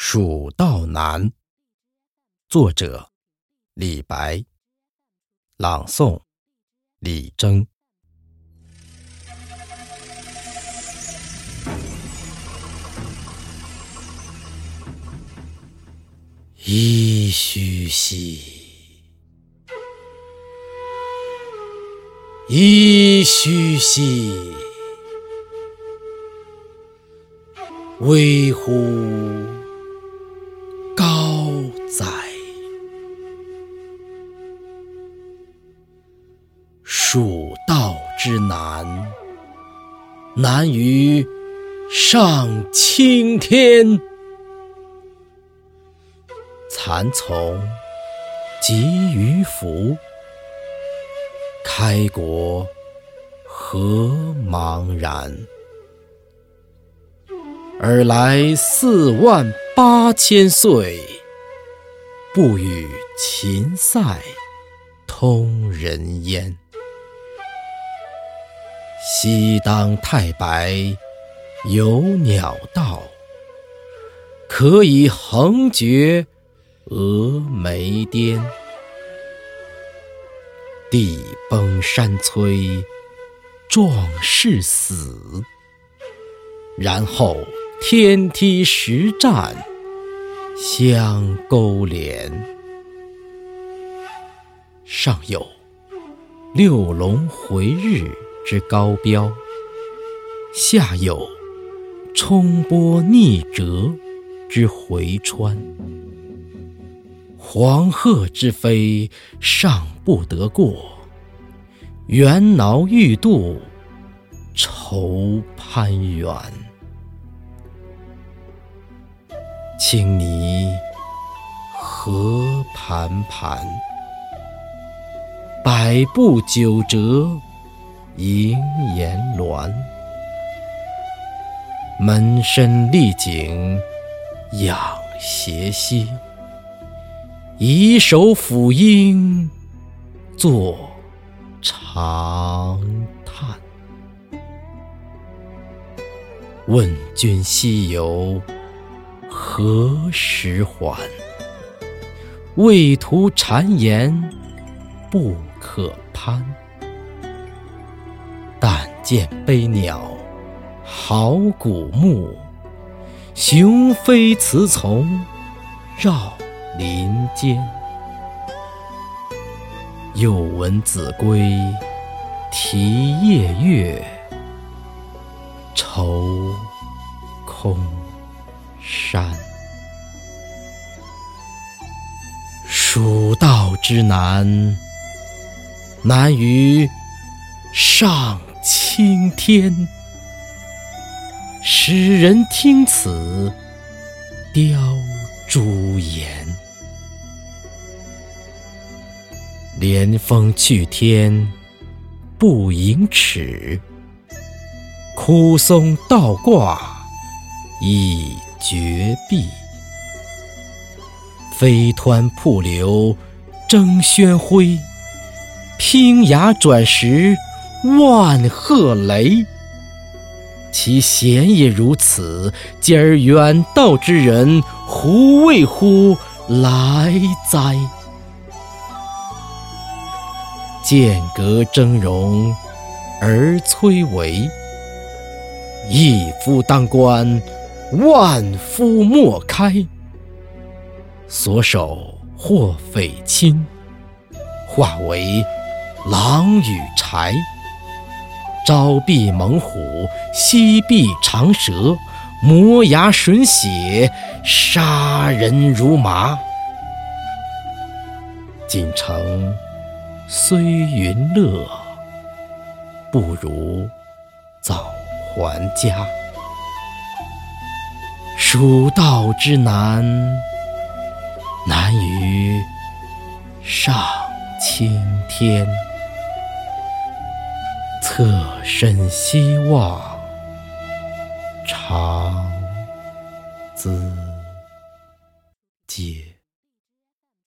蜀道难》，作者李白，朗诵李征。噫吁兮，噫吁兮，危乎高哉！蜀道之难，难于上青天。蚕丛及鱼凫，开国何茫然！尔来48000岁，不与秦塞通人烟。西当太白有鸟道，可以横绝峨眉巅。地崩山摧壮士死，然后天梯石栈相勾连。上有六龙回日之高标，下有冲波逆折之回川。黄鹤之飞尚不得过，猿猱欲度愁攀援。青泥何盘盘，百步九折萦岩峦。门深丽景仰斜溪，以手抚膺作长叹。问君西游何时还？畏途谗言不可攀。但见悲鸟号古木，雄飞雌从绕林间。又闻子规啼夜月，愁空山。蜀道之难，难于上青天。使人听此凋朱颜。连峰去天不盈尺，枯松倒挂已绝壁。飞湍瀑流争喧辉，砯崖转石万壑雷。其险也如此，今儿远道之人胡为乎来哉？剑阁峥嵘而崔嵬，一夫当关，万夫莫开。所守或匪侵，化为狼与豺。朝避猛虎，夕避长蛇，磨牙吮血，杀人如麻。锦城虽云乐，不如早还家。蜀道之难，难于上青天。侧身西望，长咨嗟。